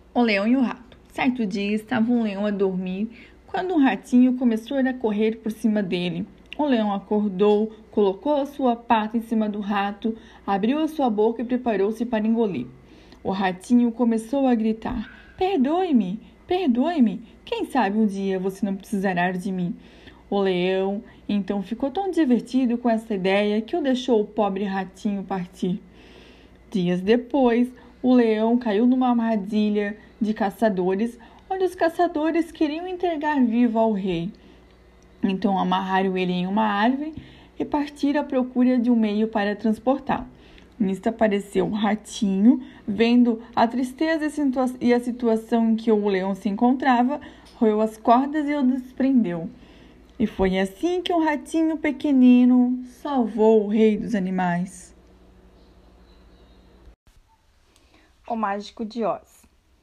O leão e o rato. Certo dia estava um leão a dormir quando um ratinho começou a correr por cima dele. O leão acordou, colocou a sua pata em cima do rato, abriu a sua boca e preparou-se para engolir. O ratinho começou a gritar: Perdoe-me, perdoe-me. Quem sabe um dia você não precisará de mim. O leão então ficou tão divertido com essa ideia que o deixou o pobre ratinho partir. Dias depois, o leão caiu numa armadilha de caçadores, onde os caçadores queriam entregar vivo ao rei. Então amarraram ele em uma árvore e partiram à procura de um meio para transportá-lo. Nisto apareceu um ratinho, vendo a tristeza e a situação em que o leão se encontrava, roeu as cordas e o desprendeu. E foi assim que um ratinho pequenino salvou o rei dos animais. O Mágico de Oz.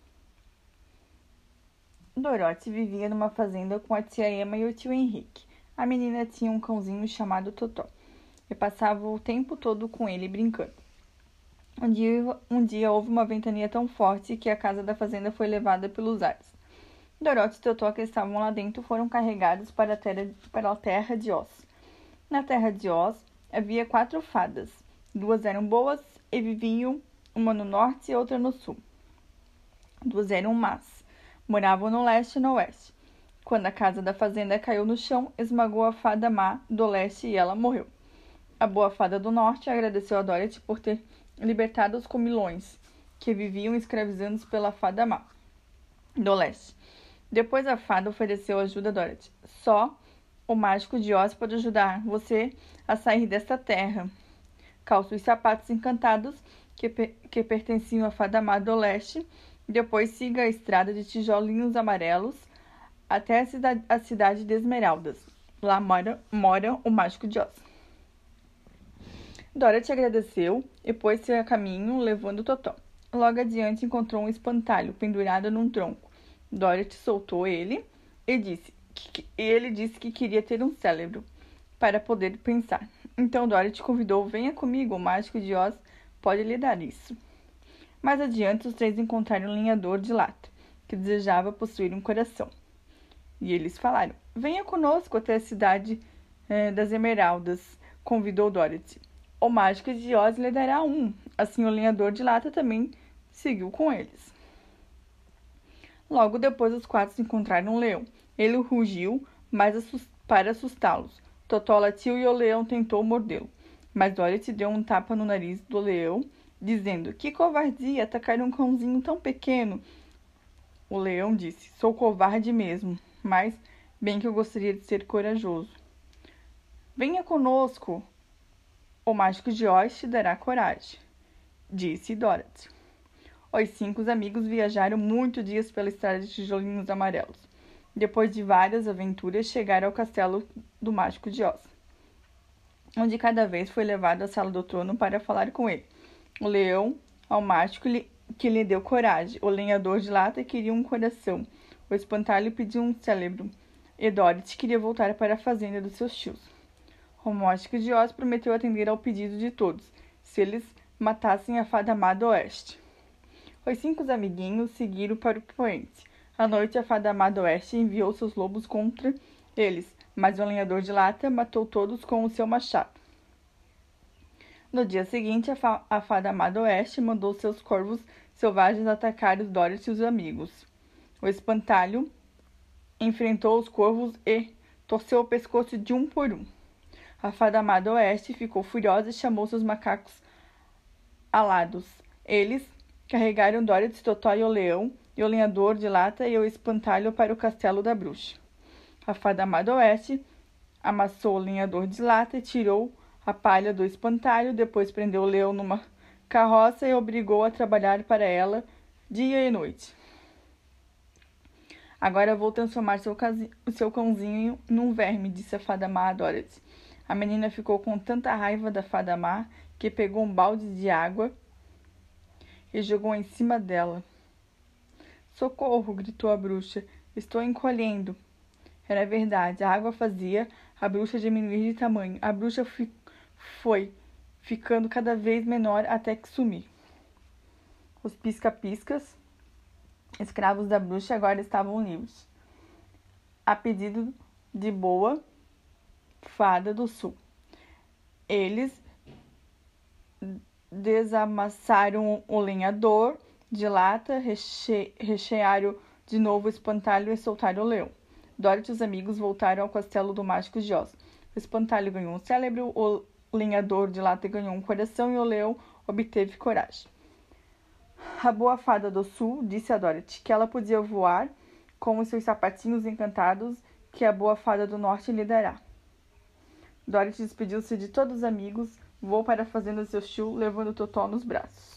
Dorothy vivia numa fazenda com a tia Emma e o tio Henrique. A menina tinha um cãozinho chamado Totó e passava o tempo todo com ele brincando. Um dia houve uma ventania tão forte que a casa da fazenda foi levada pelos ares. Dorothy e Totó, que estavam lá dentro, foram carregados para a terra de Oz. Na terra de Oz havia 4 fadas. 2 eram boas e viviam, uma no norte e outra no sul. 2 eram más, moravam no leste e no oeste. Quando a casa da fazenda caiu no chão, esmagou a fada má do leste e ela morreu. A boa fada do norte agradeceu a Dorothy por ter libertado os comilões, que viviam escravizados pela fada má do leste. Depois a fada ofereceu ajuda a Dorothy. Só o mágico de Oz pode ajudar você a sair desta terra. Calça os sapatos encantados que pertenciam à fada má do leste. Depois siga a estrada de tijolinhos amarelos até a cidade de Esmeraldas. Lá mora o Mágico de Oz. Dorothy agradeceu e pôs-se a caminho, levando Totó. Logo adiante encontrou um espantalho pendurado num tronco. Dorothy soltou ele e ele disse que queria ter um cérebro para poder pensar. Então Dorothy convidou: venha comigo, o Mágico de Oz pode lhe dar isso. Mais adiante, os 3 encontraram um lenhador de lata, que desejava possuir um coração. E eles falaram: venha conosco até a cidade das Esmeraldas, convidou Dorothy. O Mágico de Oz lhe dará um. Assim, o lenhador de lata também seguiu com eles. Logo depois, os 4 encontraram um leão. Ele rugiu, para assustá-los. Totó latiu e o leão tentou mordê-lo. Mas Dorothy deu um tapa no nariz do leão, dizendo: que covardia atacar um cãozinho tão pequeno. O leão disse: sou covarde mesmo, mas bem que eu gostaria de ser corajoso. Venha conosco, o Mágico de Oz te dará coragem, disse Dorothy. Os 5 amigos viajaram muitos dias pela estrada de tijolinhos amarelos. Depois de várias aventuras, chegaram ao castelo do Mágico de Oz, onde cada vez foi levado à sala do trono para falar com ele. O leão ao mágico que lhe deu coragem. O lenhador de lata queria um coração. O espantalho pediu um cérebro. E Dorothy queria voltar para a fazenda dos seus tios. O Mágico de Oz prometeu atender ao pedido de todos, se eles matassem a fada má do oeste. Os 5 amiguinhos seguiram para o poente. À noite, a fada má do oeste enviou seus lobos contra eles, mas o lenhador de lata matou todos com o seu machado. No dia seguinte, a fada má do oeste mandou seus corvos selvagens atacar os Dorothy e os amigos. O espantalho enfrentou os corvos e torceu o pescoço de um por um. A fada má do oeste ficou furiosa e chamou seus macacos alados. Eles carregaram Dorothy, Totó e o leão, e o lenhador de lata e o espantalho para o castelo da bruxa. A fada má do oeste amassou o lenhador de lata e tirou a palha do espantalho, depois prendeu o leão numa carroça e obrigou a trabalhar para ela dia e noite. Agora vou transformar o seu cãozinho num verme, disse a fada má a Dorothy. A menina ficou com tanta raiva da fada má que pegou um balde de água e jogou em cima dela. Socorro! Gritou a bruxa. Estou encolhendo. Era verdade, a água fazia a bruxa diminuir de tamanho. A bruxa foi ficando cada vez menor até que sumir. Os pisca-piscas escravos da bruxa agora estavam livres, a pedido de Boa Fada do Sul. Eles desamassaram o lenhador de lata, rechearam de novo o espantalho e soltaram o leão. Dorothy e os amigos voltaram ao castelo do mágico de Oz. O espantalho ganhou um cérebro, o lenhador de lata ganhou um coração e o leão obteve coragem. A boa fada do sul disse a Dorothy que ela podia voar com os seus sapatinhos encantados que a boa fada do norte lhe dará. Dorothy despediu-se de todos os amigos, voou para a fazenda do seu tio, levando Totó nos braços.